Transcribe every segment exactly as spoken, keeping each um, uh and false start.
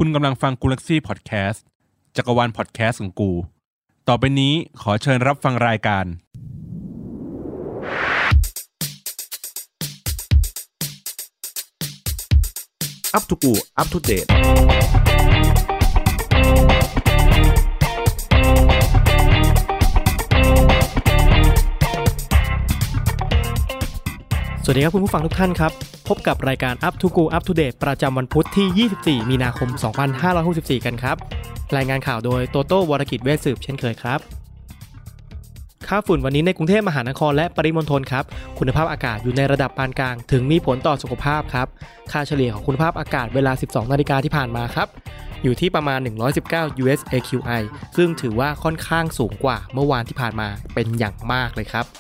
คุณกำลังฟังกูลักซี่พอดแคสต์จักรวาลพอดแคสต์ของกูต่อไปนี้ขอเชิญรับฟังรายการอัปทูกูอัปทูเดตสวัสดีครับคุณผู้ฟังทุกท่านครับพบกับรายการ Up to Go Up to Date ประจำวันพุธที่ยี่สิบสี่มีนาคมสองพันห้าร้อยหกสิบสี่กันครับรายงานข่าวโดยโตโต้วรกิจเวชสืบเช่นเคยครับค่าฝุ่นวันนี้ในกรุงเทพมหานครและปริมณฑลครับคุณภาพอากาศอยู่ในระดับปานกลางถึงมีผลต่อสุขภาพครับค่าเฉลี่ยของคุณภาพอากาศเวลา สิบสองนาฬิกาที่ผ่านมาครับอยู่ที่ประมาณหนึ่งร้อยสิบเก้า ยู เอส เอ คิว ไอ ซึ่งถือว่าค่อนข้างสูงกว่าเมื่อวานที่ผ่านมาเป็นอย่างมากเลยครับ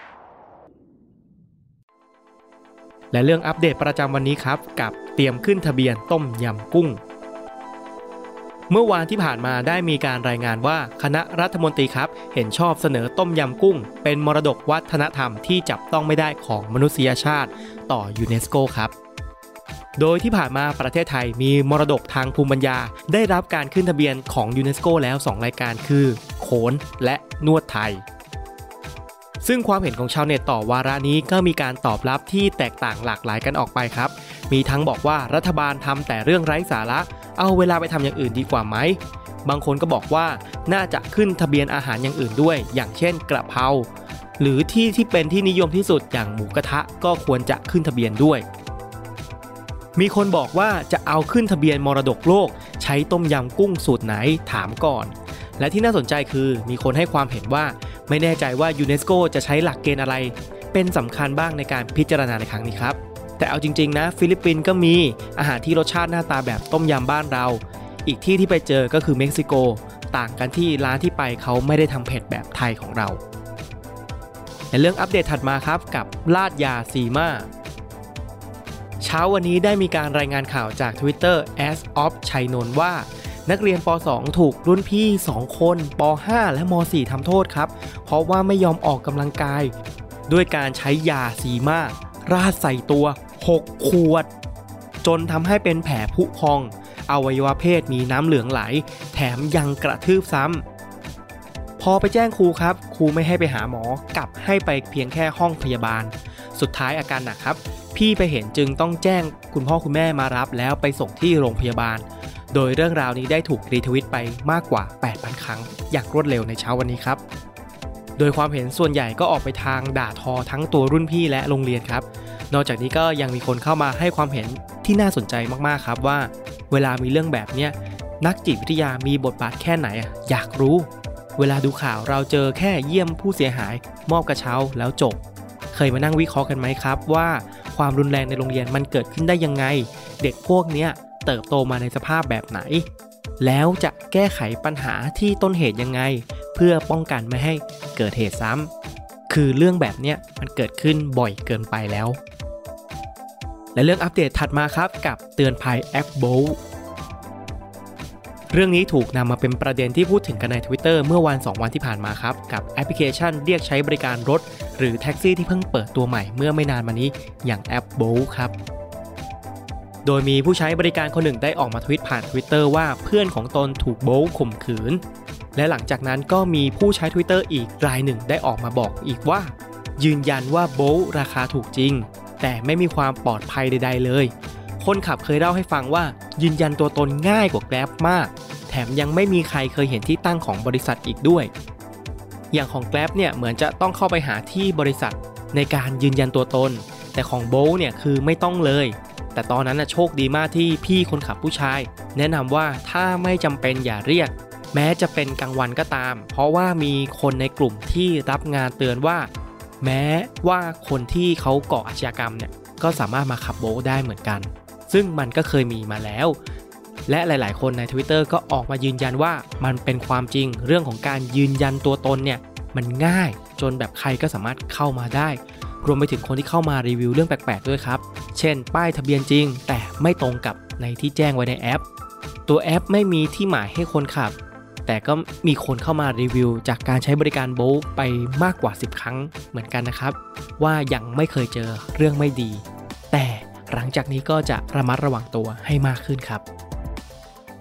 และเรื่องอัปเดตประจำวันนี้ครับกับเตรียมขึ้นทะเบียนต้มยำกุ้งเมื่อวานที่ผ่านมาได้มีการรายงานว่าคณะรัฐมนตรีครับเห็นชอบเสนอต้มยำกุ้งเป็นมรดกวัฒนธรรมที่จับต้องไม่ได้ของมนุษยชาติต่อยูเนสโกครับโดยที่ผ่านมาประเทศไทยมีมรดกทางภูมิปัญญาได้รับการขึ้นทะเบียนของยูเนสโกแล้วสองรายการคือโขนและนวดไทยซึ่งความเห็นของชาวเน็ตต่อวาระนี้ก็มีการตอบรับที่แตกต่างหลากหลายกันออกไปครับมีทั้งบอกว่ารัฐบาลทำแต่เรื่องไร้สาระเอาเวลาไปทำอย่างอื่นดีกว่าไหมบางคนก็บอกว่าน่าจะขึ้นทะเบียนอาหารอย่างอื่นด้วยอย่างเช่นกระเพราหรือที่ที่เป็นที่นิยมที่สุดอย่างหมูกระทะก็ควรจะขึ้นทะเบียนด้วยมีคนบอกว่าจะเอาขึ้นทะเบียนมรดกโลกใช้ต้มยำกุ้งสูตรไหนถามก่อนและที่น่าสนใจคือมีคนให้ความเห็นว่าไม่แน่ใจว่ายูเนสโกจะใช้หลักเกณฑ์อะไรเป็นสำคัญบ้างในการพิจารณาในครั้งนี้ครับแต่เอาจริงๆนะฟิลิปปินส์ก็มีอาหารที่รสชาติหน้าตาแบบต้มยำบ้านเราอีกที่ที่ไปเจอก็คือเม็กซิโกต่างกันที่ร้านที่ไปเขาไม่ได้ทำเผ็ดแบบไทยของเราในเรื่องอัปเดตถัดมาครับกับลาดยาซีมาเช้าวันนี้ได้มีการรายงานข่าวจาก Twitter as of ชัยนนท์ว่านักเรียนป สอง ถูกรุ่นพี่สองคนป ห้า และม สี่ ทำโทษครับเพราะว่าไม่ยอมออกกำลังกายด้วยการใช้ยาซีมาราดใส่ตัวหกขวดจนทำให้เป็นแผลผุพองอวัยวะเพศมีน้ำเหลืองไหลแถมยังกระทืบซ้ำพอไปแจ้งครูครับครูไม่ให้ไปหาหมอกลับให้ไปเพียงแค่ห้องพยาบาลสุดท้ายอาการหนักครับพี่ไปเห็นจึงต้องแจ้งคุณพ่อคุณแม่มารับแล้วไปส่งที่โรงพยาบาลโดยเรื่องราวนี้ได้ถูกรีทวิตไปมากกว่า แปดพัน ครั้งอย่างรวดเร็วในเช้าวันนี้ครับโดยความเห็นส่วนใหญ่ก็ออกไปทางด่าทอทั้งตัวรุ่นพี่และโรงเรียนครับนอกจากนี้ก็ยังมีคนเข้ามาให้ความเห็นที่น่าสนใจมากๆครับว่าเวลามีเรื่องแบบเนี้ยนักจิตวิทยามีบทบาทแค่ไหนอยากรู้เวลาดูข่าวเราเจอแค่เยี่ยมผู้เสียหายมอบกระเช้าแล้วจบเคยมานั่งวิเคราะห์กันไหมครับว่าความรุนแรงในโรงเรียนมันเกิดขึ้นได้ยังไงเด็กพวกเนี้ยเติบโตมาในสภาพแบบไหนแล้วจะแก้ไขปัญหาที่ต้นเหตุยังไงเพื่อป้องกันไม่ให้เกิดเหตุซ้ำคือเรื่องแบบเนี้ยมันเกิดขึ้นบ่อยเกินไปแล้วและเรื่องอัปเดตถัดมาครับกับเตือนภัยแอป Bolt เรื่องนี้ถูกนำมาเป็นประเด็นที่พูดถึงกันใน Twitter เมื่อวันสองวันที่ผ่านมาครับกับแอปพลิเคชันเรียกใช้บริการรถหรือแท็กซี่ที่เพิ่งเปิดตัวใหม่เมื่อไม่นานมานี้อย่างแอป Bolt ครับโดยมีผู้ใช้บริการคนหนึ่งได้ออกมาทวิตผ่าน Twitter ว่าเพื่อนของตนถูกโบลต์ข่มขืนและหลังจากนั้นก็มีผู้ใช้ Twitter อีกรายหนึ่งได้ออกมาบอกอีกว่ายืนยันว่าโบลต์ราคาถูกจริงแต่ไม่มีความปลอดภัยใดๆเลยคนขับเคยเล่าให้ฟังว่ายืนยันตัวตนง่ายกว่า Grab มากแถมยังไม่มีใครเคยเห็นที่ตั้งของบริษัทอีกด้วยอย่างของ Grab เนี่ยเหมือนจะต้องเข้าไปหาที่บริษัทในการยืนยันตัวตนแต่ของโบลต์เนี่ยคือไม่ต้องเลยแต่ตอนนั้นนะโชคดีมากที่พี่คนขับผู้ชายแนะนำว่าถ้าไม่จำเป็นอย่าเรียกแม้จะเป็นกลางวันก็ตามเพราะว่ามีคนในกลุ่มที่รับงานเตือนว่าแม้ว่าคนที่เขาก่ออาชญากรรมเนี่ยก็สามารถมาขับโบลต์ได้เหมือนกันซึ่งมันก็เคยมีมาแล้วและหลายๆคนใน Twitter ก็ออกมายืนยันว่ามันเป็นความจริงเรื่องของการยืนยันตัวตนเนี่ยมันง่ายจนแบบใครก็สามารถเข้ามาได้รวมไปถึงคนที่เข้ามารีวิวเรื่องแปลกๆด้วยครับเช่นป้ายทะเบียนจริงแต่ไม่ตรงกับในที่แจ้งไว้ในแอปตัวแอปไม่มีที่หมายให้คนขับแต่ก็มีคนเข้ามารีวิวจากการใช้บริการโบลต์ไปมากกว่าสิบครั้งเหมือนกันนะครับว่ายังไม่เคยเจอเรื่องไม่ดีแต่หลังจากนี้ก็จะระมัดระวังตัวให้มากขึ้นครับ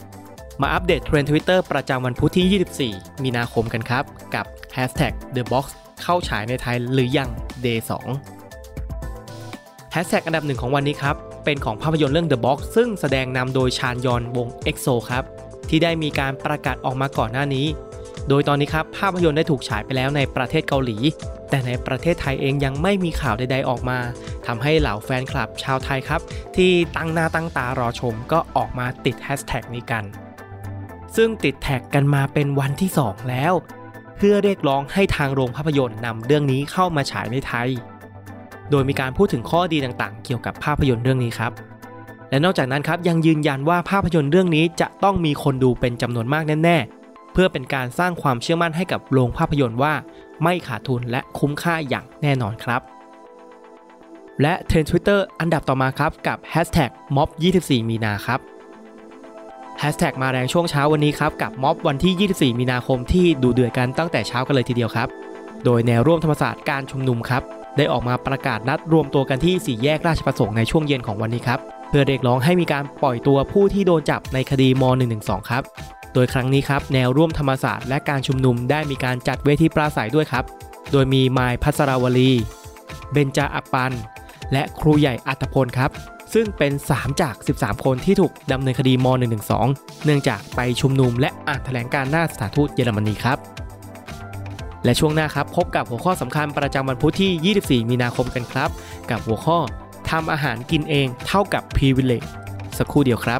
มาอัปเดตเทรนด์ Twitter ประจำวันพุธที่ยี่สิบสี่มีนาคมกันครับกับ แฮชแท็ก เดอะบ็อกซ์ เข้าฉายในไทยหรือยัง เดย์ สอง แฮชแท็กอันดับหนึ่งของวันนี้ครับเป็นของภาพยนตร์เรื่อง The Box ซึ่งแสดงนำโดยชานยอนวง เอ็กโซ ครับที่ได้มีการประกาศออกมาก่อนหน้านี้โดยตอนนี้ครับภาพยนตร์ได้ถูกฉายไปแล้วในประเทศเกาหลีแต่ในประเทศไทยเองยังไม่มีข่าวใดๆออกมาทำให้เหล่าแฟนคลับชาวไทยครับที่ตั้งหน้าตั้งตารอชมก็ออกมาติดแฮชแท็กนี้กันซึ่งติดแท็กกันมาเป็นวันที่สองแล้วเพื่อเรียกร้องให้ทางโรงภาพยนตร์นำเรื่องนี้เข้ามาฉายในไทยโดยมีการพูดถึงข้อดีต่างๆเกี่ยวกับภาพยนตร์เรื่องนี้ครับและนอกจากนั้นครับยังยืนยันว่าภาพยนตร์เรื่องนี้จะต้องมีคนดูเป็นจำนวนมากแน่ๆเพื่อเป็นการสร้างความเชื่อมั่นให้กับโรงภาพยนตร์ว่าไม่ขาดทุนและคุ้มค่าอย่างแน่นอนครับและเทรนด์ Twitter อันดับต่อมาครับกับ แฮชแท็ก ม็อบ ยี่สิบสี่ มีนาครับแฮชแท็กมาแรงช่วงเช้าวันนี้ครับกับม็อบวันที่ยี่สิบสี่มีนาคมที่ดูเดือดกันตั้งแต่เช้ากันเลยทีเดียวครับโดยแนวร่วมธรรมศาสตร์การชุมนุมครับได้ออกมาประกาศนัดรวมตัวกันที่สี่แยกราชประสงค์ในช่วงเย็นของวันนี้ครับเพื่อเรียกร้องให้มีการปล่อยตัวผู้ที่โดนจับในคดีม หนึ่งหนึ่งสอง ครับโดยครั้งนี้ครับแนวร่วมธรรมศาสตร์และการชุมนุมได้มีการจัดเวทีปราศัยด้วยครับโดยมีมายพัสราวลีเบญจอัปปันและครูใหญ่อัตพลครับซึ่งเป็นสามจากสิบสามคนที่ถูกดำเนินคดีม หนึ่งหนึ่งสอง เนื่องจากไปชุมนุมและอ่านแถลงการณ์หน้าสถานทูตเยอรมนีครับและช่วงหน้าครับพบกับหัวข้อสำคัญประจำวันพุธที่ยี่สิบสี่มีนาคมกันครับกับหัวข้อทำอาหารกินเองเท่ากับ privilege สักครู่เดียวครับ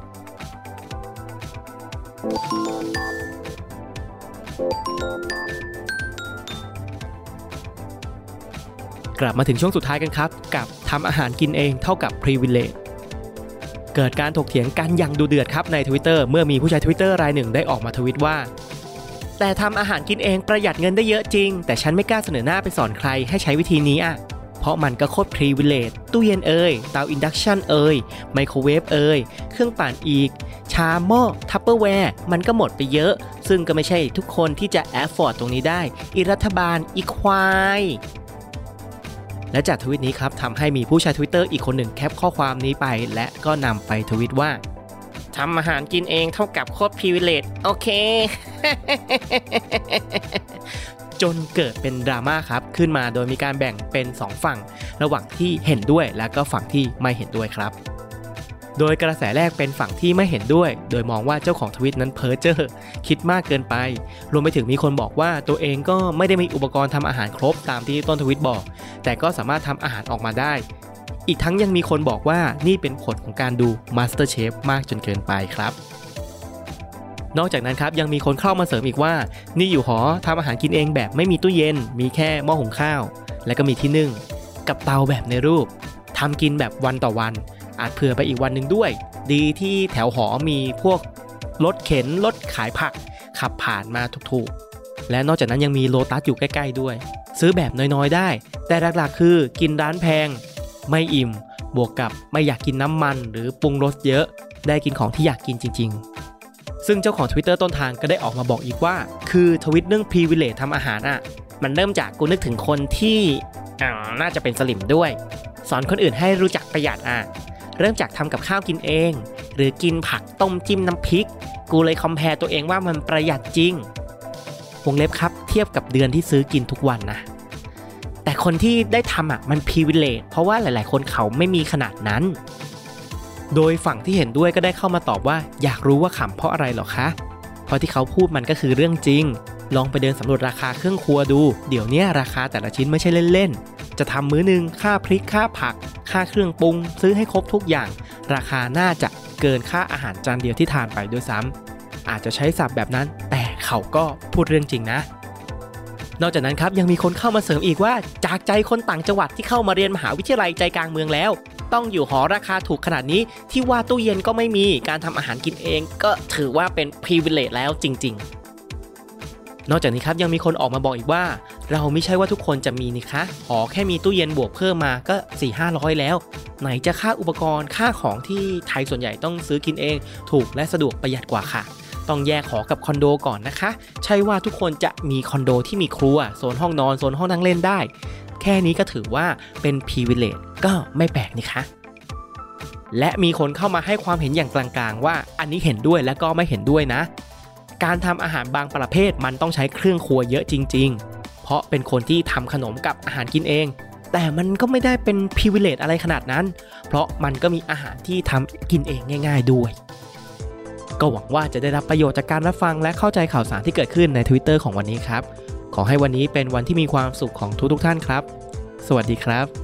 กลับมาถึงช่วงสุดท้ายกันครับกับทำอาหารกินเองเท่ากับ privilege เกิดการถกเถียงกันอย่างดุเดือดครับใน Twitter เมื่อมีผู้ใช้ Twitter รายหนึ่งได้ออกมาทวิตว่าแต่ทำอาหารกินเองประหยัดเงินได้เยอะจริงแต่ฉันไม่กล้าเสนอหน้าไปสอนใครให้ใช้วิธีนี้อ่ะเพราะมันก็โคตร privilege ตู้เย็นเอ่ยเตาอินดักชันเอ่ยไมโครเวฟเอ่ยเครื่องปั่นอีกชามหม้อทัปเปอร์แวร์มันก็หมดไปเยอะซึ่งก็ไม่ใช่ทุกคนที่จะแอฟฟอร์ดตรงนี้ได้อีรัฐบาลอีควายและจากทวิตนี้ครับทำให้มีผู้ใช้ Twitter อีกคนหนึ่งแคปข้อความนี้ไปและก็นำไปทวิตว่าทำอาหารกินเองเท่ากับโคตร privilege โอเค จนเกิดเป็นดราม่าครับขึ้นมาโดยมีการแบ่งเป็นสองฝั่งระหว่างที่เห็นด้วยและก็ฝั่งที่ไม่เห็นด้วยครับโดยกระแสแรกเป็นฝั่งที่ไม่เห็นด้วยโดยมองว่าเจ้าของทวิตนั้นเพ้อเจ้อคิดมากเกินไปรวมไปถึงมีคนบอกว่าตัวเองก็ไม่ได้มีอุปกรณ์ทำอาหารครบตามที่ต้นทวิตบอกแต่ก็สามารถทำอาหารออกมาได้อีกทั้งยังมีคนบอกว่านี่เป็นผลของการดู MasterChef มากจนเกินไปครับนอกจากนั้นครับยังมีคนเข้ามาเสริมอีกว่านี่อยู่หอทำอาหารกินเองแบบไม่มีตู้เย็นมีแค่หม้อหุงข้าวและก็มีที่นึ่งกับเตาแบบในรูปทำกินแบบวันต่อวันอาจเผื่อไปอีกวันหนึ่งด้วยดีที่แถวหอมีพวกรถเข็นรถขายผักขับผ่านมาถูกๆและนอกจากนั้นยังมีโลตัสอยู่ใกล้ๆด้วยซื้อแบบน้อยๆได้แต่หลักๆคือกินร้านแพงไม่อิ่มบวกกับไม่อยากกินน้ำมันหรือปรุงรสเยอะได้กินของที่อยากกินจริงๆซึ่งเจ้าของ Twitter ต้นทางก็ได้ออกมาบอกอีกว่าคือทวิตเรื่อง privilege ทำอาหารอ่ะมันเริ่มจากกูนึกถึงคนที่อ่าน่าจะเป็นสลิมด้วยสอนคนอื่นให้รู้จักประหยัดอ่ะเริ่มจากทำกับข้าวกินเองหรือกินผักต้มจิ้มน้ำพริกกูเลยคอมแพร์ตัวเองว่ามันประหยัดจริงวงเล็บครับเทียบกับเดือนที่ซื้อกินทุกวันนะแต่คนที่ได้ทำอ่ะมัน privilege เพราะว่าหลายๆคนเขาไม่มีขนาดนั้นโดยฝั่งที่เห็นด้วยก็ได้เข้ามาตอบว่าอยากรู้ว่าขำเพราะอะไรหรอคะเพราะที่เขาพูดมันก็คือเรื่องจริงลองไปเดินสำรวจราคาเครื่องครัวดูเดี๋ยวนี้ราคาแต่ละชิ้นไม่ใช่เล่นๆจะทำมื้อนึงค่าพริกค่าผักค่าเครื่องปรุงซื้อให้ครบทุกอย่างราคาน่าจะเกินค่าอาหารจานเดียวที่ทานไปด้วยซ้ำอาจจะใช้ศัพท์แบบนั้นแต่เขาก็พูดเรื่องจริงนะนอกจากนั้นครับยังมีคนเข้ามาเสริมอีกว่าจากใจคนต่างจังหวัดที่เข้ามาเรียนมหาวิทยาลัยใจกลางเมืองแล้วต้องอยู่หอราคาถูกขนาดนี้ที่ว่าตู้เย็นก็ไม่มีการทำอาหารกินเองก็ถือว่าเป็น privilege แล้วจริงๆนอกจากนี้ครับยังมีคนออกมาบอกอีกว่าเราไม่ใช่ว่าทุกคนจะมีนี่คะหอแค่มีตู้เย็นบวกเพิ่มมาก็ สี่ถึงห้าร้อย แล้วไหนจะค่าอุปกรณ์ค่าของที่ไทยส่วนใหญ่ต้องซื้อกินเองถูกและสะดวกประหยัดกว่าค่ะต้องแยกหอกับคอนโดก่อนนะคะใช่ว่าทุกคนจะมีคอนโดที่มีครัวโซนห้องนอนโซนห้องนั่งเล่นได้แค่นี้ก็ถือว่าเป็น privilege ก็ไม่แปลกนี่คะและมีคนเข้ามาให้ความเห็นอย่างกลางๆว่าอันนี้เห็นด้วยและก็ไม่เห็นด้วยนะการทำอาหารบางประเภทมันต้องใช้เครื่องครัวเยอะจริงๆเพราะเป็นคนที่ทำขนมกับอาหารกินเองแต่มันก็ไม่ได้เป็น privilege อะไรขนาดนั้นเพราะมันก็มีอาหารที่ทำกินเองง่ายๆด้วยก็หวังว่าจะได้รับประโยชน์จากการรับฟังและเข้าใจข่าวสารที่เกิดขึ้นใน Twitter ของวันนี้ครับขอให้วันนี้เป็นวันที่มีความสุขของทุกๆท่านครับสวัสดีครับ